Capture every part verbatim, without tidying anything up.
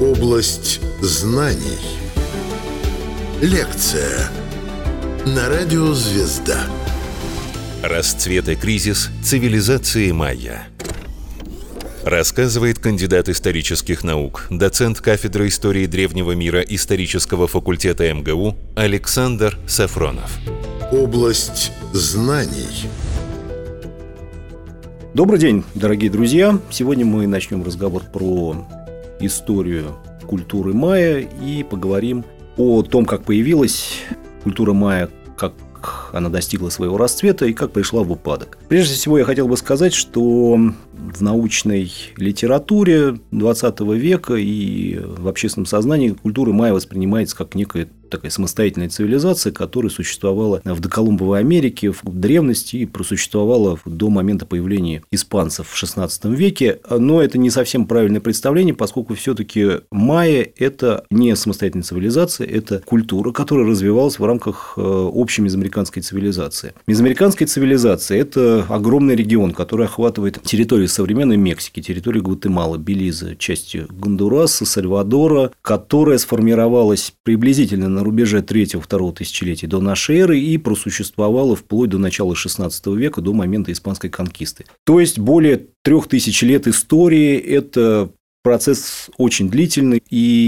Область знаний. Лекция на радио «Звезда». Расцвет и кризис цивилизации майя. Рассказывает кандидат исторических наук, доцент кафедры истории древнего мира исторического факультета эм гэ у Александр Сафронов. Область знаний. Добрый день, дорогие друзья! Сегодня мы начнем разговор про историю культуры майя и поговорим о том, как появилась культура майя, как она достигла своего расцвета и как пришла в упадок. Прежде всего, я хотел бы сказать, что в научной литературе двадцатого века и в общественном сознании культура майя воспринимается как некая такая самостоятельная цивилизация, которая существовала в доколумбовой Америке в древности и просуществовала до момента появления испанцев в шестнадцатом веке. Но это не совсем правильное представление, поскольку все-таки майя – это не самостоятельная цивилизация, это культура, которая развивалась в рамках общей мезоамериканской цивилизации. Мезоамериканская цивилизация – это огромный регион, который охватывает территорию современной Мексики, территорию Гватемалы, Белиза, части Гондураса, Сальвадора, которая сформировалась приблизительно на рубеже третьего-второго тысячелетия до нашей эры и просуществовала вплоть до начала шестнадцатого века, до момента испанской конкисты. То есть, более трех тысяч лет истории – это процесс очень длительный,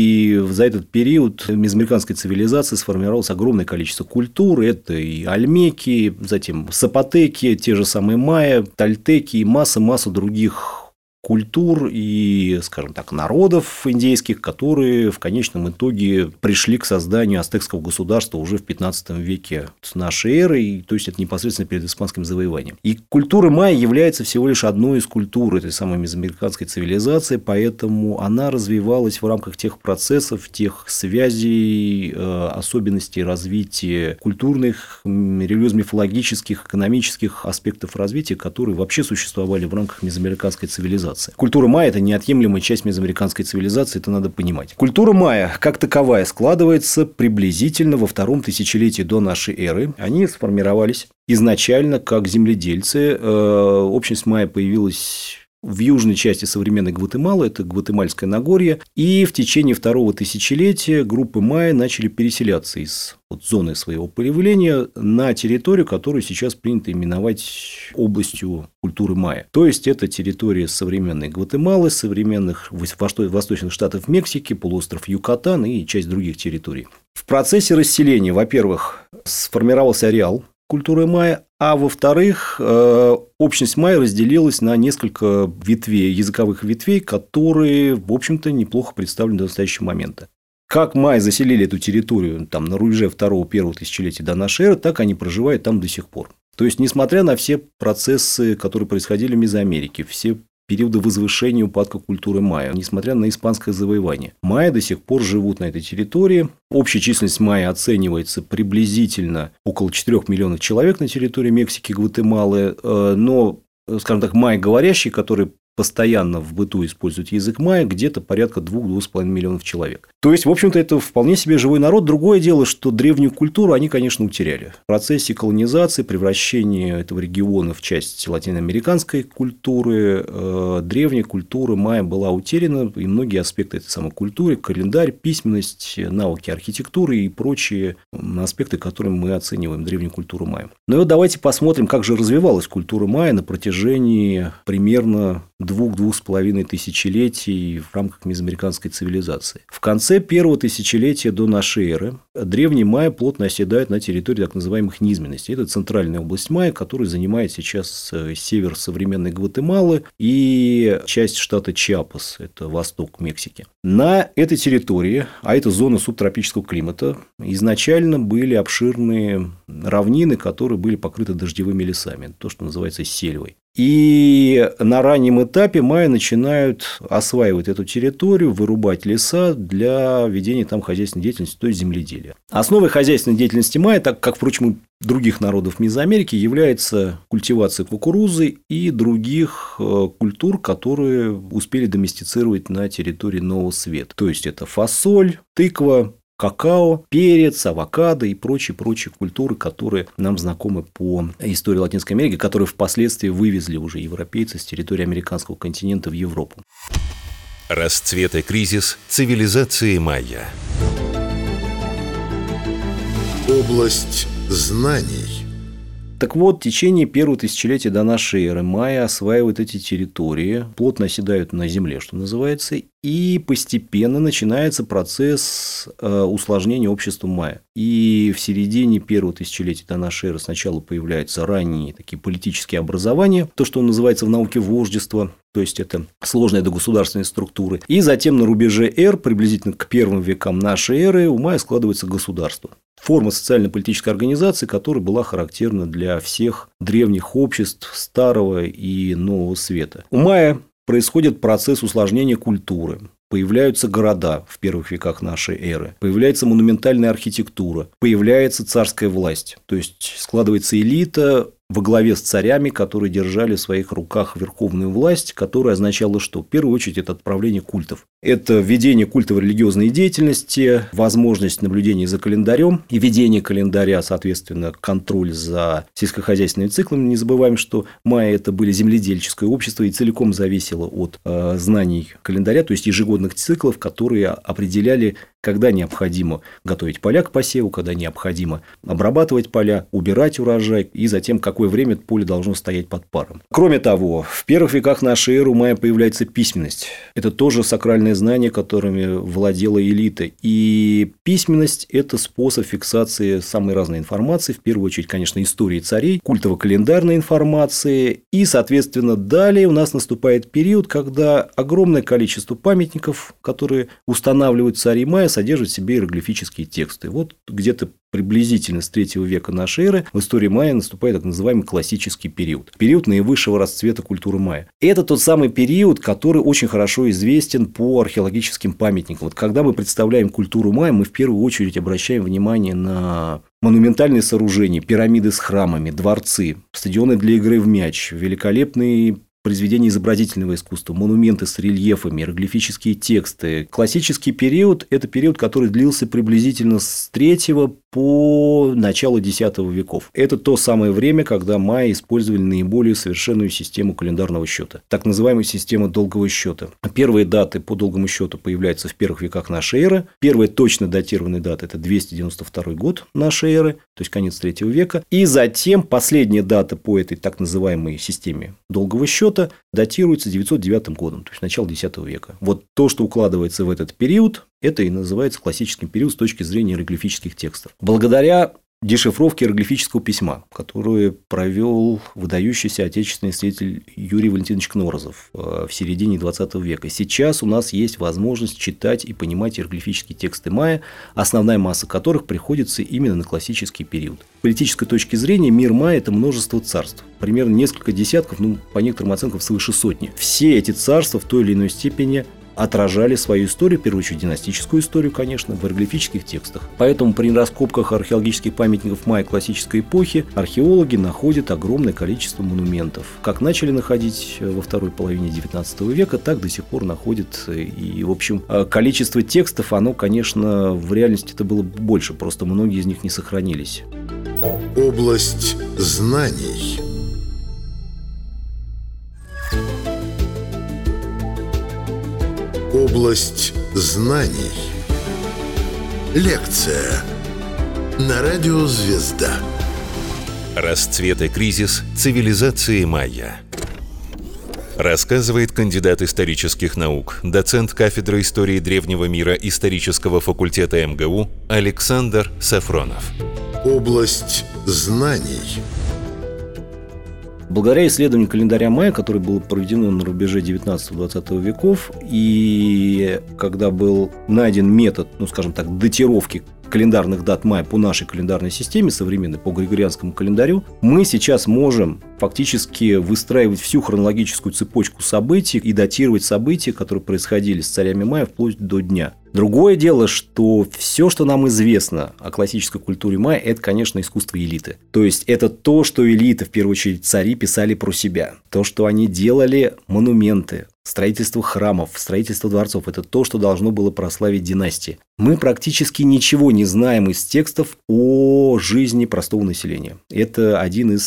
и за этот период мезоамериканской цивилизации сформировалось огромное количество культур. Это и альмеки, затем сапотеки, те же самые майя, тольтеки и масса-масса других культур и, скажем так, народов индейских, которые в конечном итоге пришли к созданию ацтекского государства уже в пятнадцатом веке с нашей эры, и, то есть это непосредственно перед испанским завоеванием. И культура майя является всего лишь одной из культур этой самой мезоамериканской цивилизации, поэтому она развивалась в рамках тех процессов, тех связей, особенностей развития культурных, религиозно-мифологических, экономических аспектов развития, которые вообще существовали в рамках мезоамериканской цивилизации. Культура майя – это неотъемлемая часть мезоамериканской цивилизации, это надо понимать. Культура майя, как таковая, складывается приблизительно во втором тысячелетии до нашей эры. Они сформировались изначально как земледельцы. Общность майя появилась в южной части современной Гватемалы, это Гватемальское Нагорье, и в течение второго тысячелетия группы майя начали переселяться из вот, зоны своего появления на территорию, которую сейчас принято именовать областью культуры майя. То есть, это территория современной Гватемалы, современных восточных штатов Мексики, полуостров Юкатан и часть других территорий. В процессе расселения, во-первых, сформировался ареал культуры майя, а во-вторых, общность майя разделилась на несколько ветвей, языковых ветвей, которые, в общем-то, неплохо представлены до настоящего момента. Как майя заселили эту территорию там, на рубеже второго-первого тысячелетия до нашей эры, так они проживают там до сих пор. То есть, несмотря на все процессы, которые происходили в Мезоамерике, все периоды возвышения и упадка культуры майя, несмотря на испанское завоевание, майя до сих пор живут на этой территории. Общая численность майя оценивается приблизительно около четырёх миллионов человек на территории Мексики и Гватемалы, но, скажем так, майя говорящие, которые постоянно в быту используют язык майя, где-то порядка двух-двух с половиной миллионов человек. То есть, в общем-то, это вполне себе живой народ. Другое дело, что древнюю культуру они, конечно, утеряли. В процессе колонизации, превращения этого региона в часть латиноамериканской культуры, э, древняя культура майя была утеряна, и многие аспекты этой самой культуры, календарь, письменность, навыки архитектуры и прочие аспекты, которыми мы оцениваем древнюю культуру майя. Ну и вот давайте посмотрим, как же развивалась культура майя на протяжении примерно двух-двух с половиной тысячелетий в рамках мезоамериканской цивилизации. В конце первого тысячелетия до нашей эры древние майя плотно оседают на территории так называемых низменностей. Это центральная область майя, которая занимает сейчас север современной Гватемалы и часть штата Чиапас, это восток Мексики. На этой территории, а это зона субтропического климата, изначально были обширные равнины, которые были покрыты дождевыми лесами, то, что называется сельвой. И на раннем этапе майя начинают осваивать эту территорию, вырубать леса для ведения там хозяйственной деятельности, то есть земледелия. Основой хозяйственной деятельности майя, так как, впрочем, и других народов Мезоамерики, является культивация кукурузы и других культур, которые успели доместицировать на территории Нового Света. То есть, это фасоль, тыква, какао, перец, авокадо и прочие-прочие культуры, которые нам знакомы по истории Латинской Америки, которые впоследствии вывезли уже европейцы с территории американского континента в Европу. Расцвет и кризис цивилизации майя. Область знаний. Так вот, в течение первого тысячелетия до нашей эры майя осваивают эти территории, плотно оседают на земле, что называется, и постепенно начинается процесс усложнения общества майя. И в середине первого тысячелетия до нашей эры сначала появляются ранние такие политические образования, то, что называется в науке вождество, то есть это сложные догосударственные структуры. И затем на рубеже эр, приблизительно к первым векам нашей эры, у майя складывается государство. Форма социально-политической организации, которая была характерна для всех древних обществ Старого и Нового Света. У майя происходит процесс усложнения культуры. Появляются города в первых веках нашей эры, появляется монументальная архитектура, появляется царская власть, то есть складывается элита во главе с царями, которые держали в своих руках верховную власть, которая означала что? В первую очередь, это отправление культов. Это введение культовой религиозной деятельности, возможность наблюдения за календарем и ведение календаря, соответственно, контроль за сельскохозяйственными циклами. Не забываем, что майя – это были земледельческое общество и целиком зависело от э, знаний календаря, то есть ежегодных циклов, которые определяли, когда необходимо готовить поля к посеву, когда необходимо обрабатывать поля, убирать урожай и затем какое время это поле должно стоять под паром. Кроме того, в первых веках нашей эры у майя появляется письменность. Это тоже сакральные знания, которыми владела элита. И письменность – это способ фиксации самой разной информации. В первую очередь, конечно, истории царей, культово-календарной информации. И, соответственно, далее у нас наступает период, когда огромное количество памятников, которые устанавливают цари майя, содержат в себе иероглифические тексты. Вот где-то приблизительно с третьего века нашей эры в истории майя наступает так называемый классический период. Период наивысшего расцвета культуры майя. Это тот самый период, который очень хорошо известен по археологическим памятникам. Вот когда мы представляем культуру майя, мы в первую очередь обращаем внимание на монументальные сооружения, пирамиды с храмами, дворцы, стадионы для игры в мяч, великолепные произведения изобразительного искусства, монументы с рельефами, иероглифические тексты. Классический период – это период, который длился приблизительно с третьего по начало десятого веков. Это то самое время, когда майя использовали наиболее совершенную систему календарного счета, так называемую систему долгого счета. Первые даты по долгому счету появляются в первых веках нашей эры. Первая точно датированная дата – это двести девяносто второй год нашей эры, то есть конец третьего века. И затем последняя дата по этой так называемой системе долгого счета датируется девятьсот девятым годом, то есть начало десятого века. Вот то, что укладывается в этот период, это и называется классическим периодом с точки зрения иероглифических текстов. Благодаря дешифровке иероглифического письма, которую провел выдающийся отечественный исследователь Юрий Валентинович Кнорозов в середине двадцатого века. Сейчас у нас есть возможность читать и понимать иероглифические тексты майя, основная масса которых приходится именно на классический период. С политической точки зрения мир майя – это множество царств. Примерно несколько десятков, ну, по некоторым оценкам, свыше сотни. Все эти царства в той или иной степени отражали свою историю, в первую очередь династическую историю, конечно, в иероглифических текстах. Поэтому при раскопках археологических памятников майя классической эпохи археологи находят огромное количество монументов. Как начали находить во второй половине девятнадцатого века, так до сих пор находят. И, в общем, количество текстов, оно, конечно, в реальности это было больше, просто многие из них не сохранились. Область знаний. Область знаний. Лекция на радио «Звезда». Расцвет и кризис цивилизации майя. Рассказывает кандидат исторических наук, доцент кафедры истории древнего мира исторического факультета эм гэ у Александр Сафронов. Область знаний. Благодаря исследованию календаря майя, которое было проведено на рубеже девятнадцатого-двадцатого веков, и когда был найден метод, ну, скажем так, датировки календарных дат майя по нашей календарной системе, современной, по григорианскому календарю, мы сейчас можем фактически выстраивать всю хронологическую цепочку событий и датировать события, которые происходили с царями майя вплоть до дня. Другое дело, что все, что нам известно о классической культуре майя, это, конечно, искусство элиты. То есть, это то, что элита, в первую очередь цари, писали про себя. То, что они делали монументы, строительство храмов, строительство дворцов – это то, что должно было прославить династии. Мы практически ничего не знаем из текстов о жизни простого населения. Это один из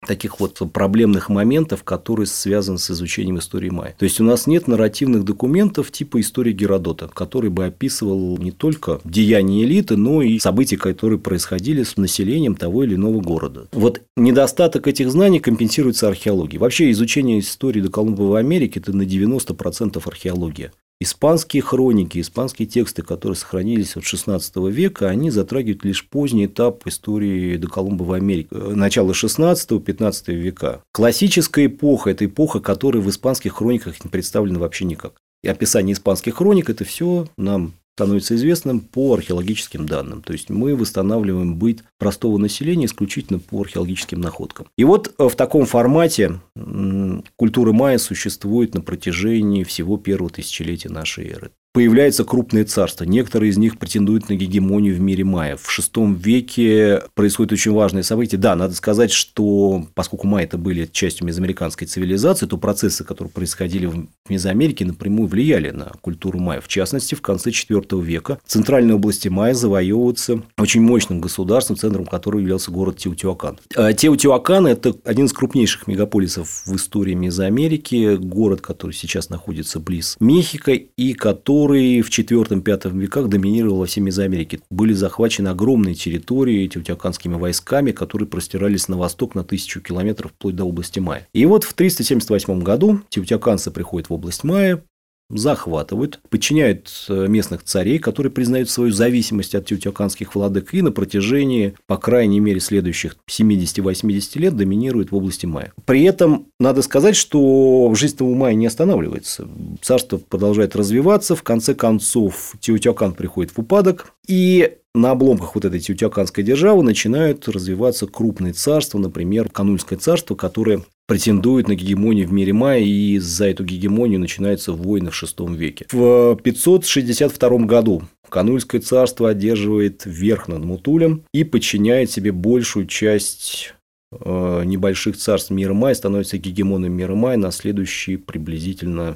таких вот проблемных моментов, которые связаны с изучением истории майя. То есть, у нас нет нарративных документов типа истории Геродота, который бы описывал не только деяния элиты, но и события, которые происходили с населением того или иного города. Вот недостаток этих знаний компенсируется археологией. Вообще, изучение истории доколумбовой Америки – это на девяносто процентов археология. Испанские хроники, испанские тексты, которые сохранились от шестнадцатого века, они затрагивают лишь поздний этап истории доколумбовой Америки, начало шестнадцатого-пятнадцатого века. Классическая эпоха – это эпоха, которая в испанских хрониках не представлена вообще никак. И описание испанских хроник – это все нам становится известным по археологическим данным. То есть, мы восстанавливаем быт простого населения исключительно по археологическим находкам. И вот в таком формате культура майя существует на протяжении всего первого тысячелетия нашей эры. Появляются крупные царства. Некоторые из них претендуют на гегемонию в мире майя. В шестом веке происходит очень важное событие. Да, надо сказать, что поскольку майя это были частью мезоамериканской цивилизации, то процессы, которые происходили в Мезоамерике, напрямую влияли на культуру майя. В частности, в конце четвёртого века в центральной области майя завоевывается очень мощным государством, центром которого являлся город Теотиуакан. Теотиуакан – это один из крупнейших мегаполисов в истории Мезоамерики, город, который сейчас находится близ Мехико и который который в четвёртом-пятом веках доминировал во всей Мезоамерике. Были захвачены огромные территории теотиуаканскими войсками, которые простирались на восток на тысячу километров вплоть до области майя. И вот в триста семьдесят восьмом году теотиуаканцы приходят в область майя, захватывают, подчиняют местных царей, которые признают свою зависимость от теотиуаканских владык, и на протяжении, по крайней мере, следующих семидесяти-восьмидесяти лет доминируют в области майя. При этом надо сказать, что жизнь у майя не останавливается. Царство продолжает развиваться, в конце концов Теотиуакан приходит в упадок, и на обломках вот этой теотиуаканской державы начинают развиваться крупные царства, например, Канульское царство, которое претендует на гегемонию в мире майя, и за эту гегемонию начинаются войны в шестом веке. В пятьсот шестьдесят втором году Канульское царство одерживает верх над Мутулем и подчиняет себе большую часть небольших царств мира майя, становится гегемоном мира майя на следующие приблизительно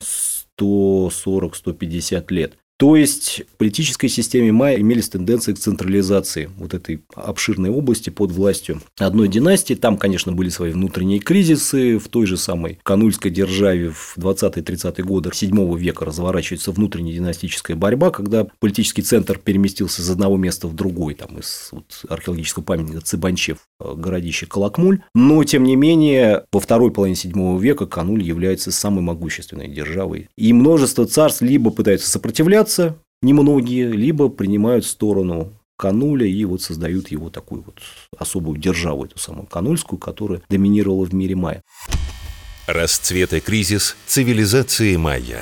сто сорок - сто пятьдесят лет. То есть, в политической системе майя имелись тенденции к централизации вот этой обширной области под властью одной династии. Там, конечно, были свои внутренние кризисы. В той же самой Канульской державе в двадцатые-тридцатые годы седьмого века разворачивается внутренняя династическая борьба, когда политический центр переместился из одного места в другой, там, из вот, археологического памятника Цыбанче в городище Калакмуль. Но, тем не менее, во второй половине седьмого века Кануль является самой могущественной державой. И множество царств либо пытаются сопротивляться, немногие, либо принимают сторону Кануля и вот создают его такую вот особую державу, эту самую Канульскую, которая доминировала в мире майя. Расцвет и кризис цивилизации майя.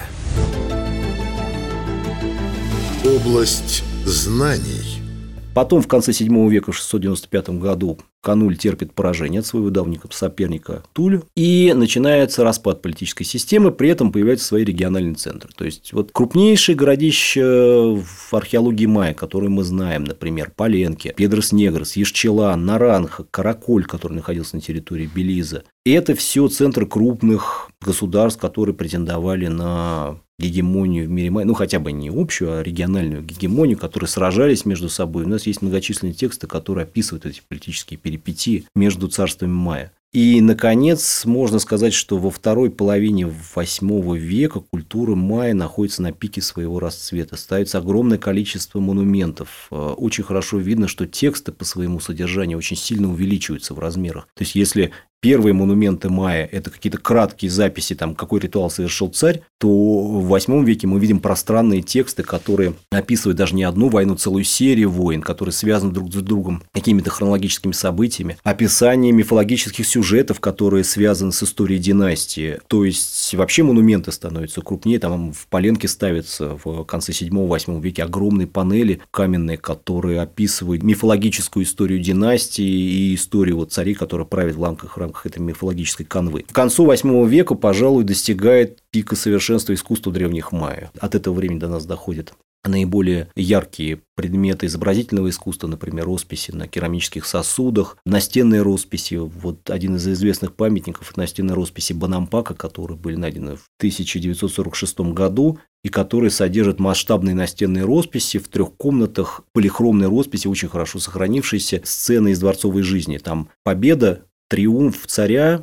Область знаний. Потом, в конце седьмого века, в шестьсот девяносто пятом году, Кануль терпит поражение от своего давнего соперника Туль, и начинается распад политической системы, при этом появляются свои региональные центры. То есть, вот крупнейшие городища в археологии майя, которые мы знаем, например, Паленке, Пьедрос-Негрос, Ешчела, Наранха, Караколь, который находился на территории Белиза, это все центры крупных государств, которые претендовали на гегемонию в мире майя, ну, хотя бы не общую, а региональную гегемонию, которые сражались между собой. У нас есть многочисленные тексты, которые описывают эти политические перипетии между царствами майя. И, наконец, можно сказать, что во второй половине восьмого века культура майя находится на пике своего расцвета. Ставится огромное количество монументов. Очень хорошо видно, что тексты по своему содержанию очень сильно увеличиваются в размерах. То есть, если первые монументы майя – это какие-то краткие записи, там, какой ритуал совершил царь, то в восьмом веке мы видим пространные тексты, которые описывают даже не одну войну, целую серию войн, которые связаны друг с другом какими-то хронологическими событиями, описание мифологических сюжетов, которые связаны с историей династии. То есть, вообще монументы становятся крупнее. Там в Паленке ставятся в конце седьмого-восьмого веке огромные панели каменные, которые описывают мифологическую историю династии и историю вот царей, которые правят в рамках, в рамках этой мифологической канвы. К концу восьмого века, пожалуй, достигает пика совершенства искусства древних майя. От этого времени до нас доходят наиболее яркие предметы изобразительного искусства, например, росписи на керамических сосудах, настенные росписи. Вот один из известных памятников – это настенные росписи Банампака, которые были найдены в тысяча девятьсот сорок шестом году и которые содержат масштабные настенные росписи в трех комнатах, полихромные росписи, очень хорошо сохранившиеся, сцены из дворцовой жизни. Там победа триумф царя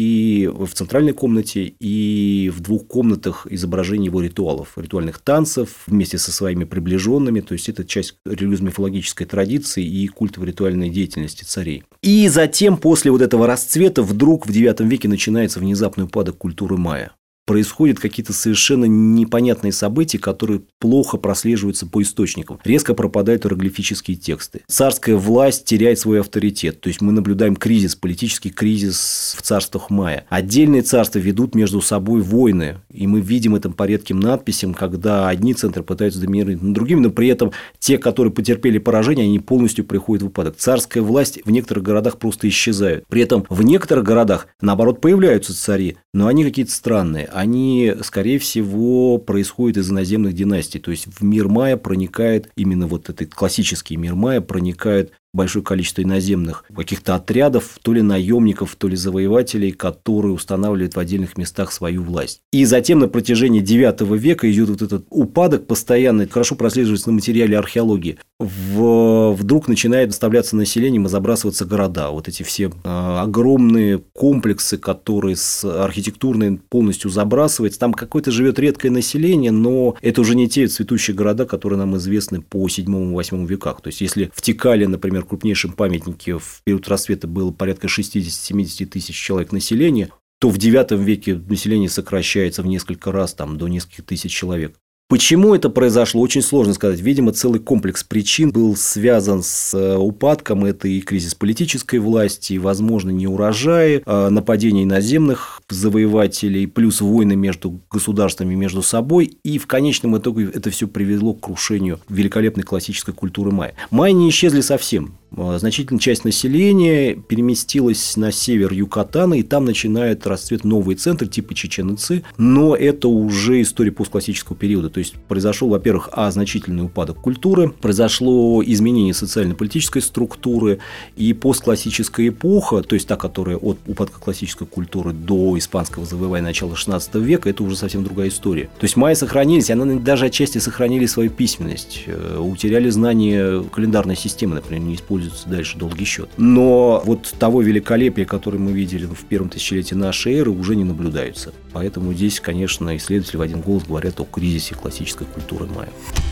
и в центральной комнате, и в двух комнатах изображение его ритуалов, ритуальных танцев вместе со своими приближенными. То есть, это часть религиозно-мифологической традиции и культово-ритуальной деятельности царей. И затем, после вот этого расцвета, вдруг в девятом веке начинается внезапный упадок культуры майя. Происходят какие-то совершенно непонятные события, которые плохо прослеживаются по источникам. Резко пропадают иероглифические тексты. Царская власть теряет свой авторитет. То есть, мы наблюдаем кризис, политический кризис в царствах майя. Отдельные царства ведут между собой войны. И мы видим это по редким надписям, когда одни центры пытаются доминировать над другими, но при этом те, которые потерпели поражение, они полностью приходят в упадок. Царская власть в некоторых городах просто исчезает. При этом в некоторых городах, наоборот, появляются цари, но они какие-то странные. Они, скорее всего, происходят из иноземных династий. То есть, в мир майя проникает, именно вот этот классический мир майя проникает большое количество иноземных каких-то отрядов, то ли наемников, то ли завоевателей, которые устанавливают в отдельных местах свою власть. И затем на протяжении девятого века идет вот этот упадок постоянный, хорошо прослеживается на материале археологии. В... Вдруг начинает оставляться населением и забрасываться города. Вот эти все э, огромные комплексы, которые с архитектурной полностью забрасываются. Там какое-то живет редкое население, но это уже не те цветущие города, которые нам известны по седьмому-восьмому веках. То есть, если в Тикале, например, крупнейшем памятнике в период рассвета было порядка шестьдесят-семьдесят тысяч человек населения, то в девятом веке население сокращается в несколько раз, там, до нескольких тысяч человек. Почему это произошло, очень сложно сказать. Видимо, целый комплекс причин был связан с упадком. Это и кризис политической власти, и, возможно, неурожаи, нападения иноземных завоевателей, плюс войны между государствами между собой. И в конечном итоге это все привело к крушению великолепной классической культуры майя. Майя не исчезли совсем. Значительная часть населения переместилась на север Юкатана, и там начинает расцвет новые центры типа Чичен-Ицы, но это уже история постклассического периода. То есть, произошел, во-первых, а, значительный упадок культуры, произошло изменение социально-политической структуры, и постклассическая эпоха, то есть та, которая от упадка классической культуры до испанского завоевания начала шестнадцатого века, это уже совсем другая история. То есть, майя сохранились, они даже отчасти сохранили свою письменность, утеряли знания календарной системы, например, не используют дальше долгий счет. Но вот того великолепия, которое мы видели в первом тысячелетии нашей эры, уже не наблюдается. Поэтому здесь, конечно, исследователи в один голос говорят о кризисе классической культуры майя.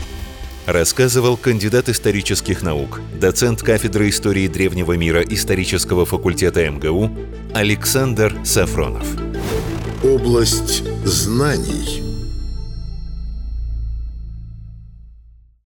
Рассказывал кандидат исторических наук, доцент кафедры истории древнего мира исторического факультета эм гэ у Александр Сафронов. Область знаний.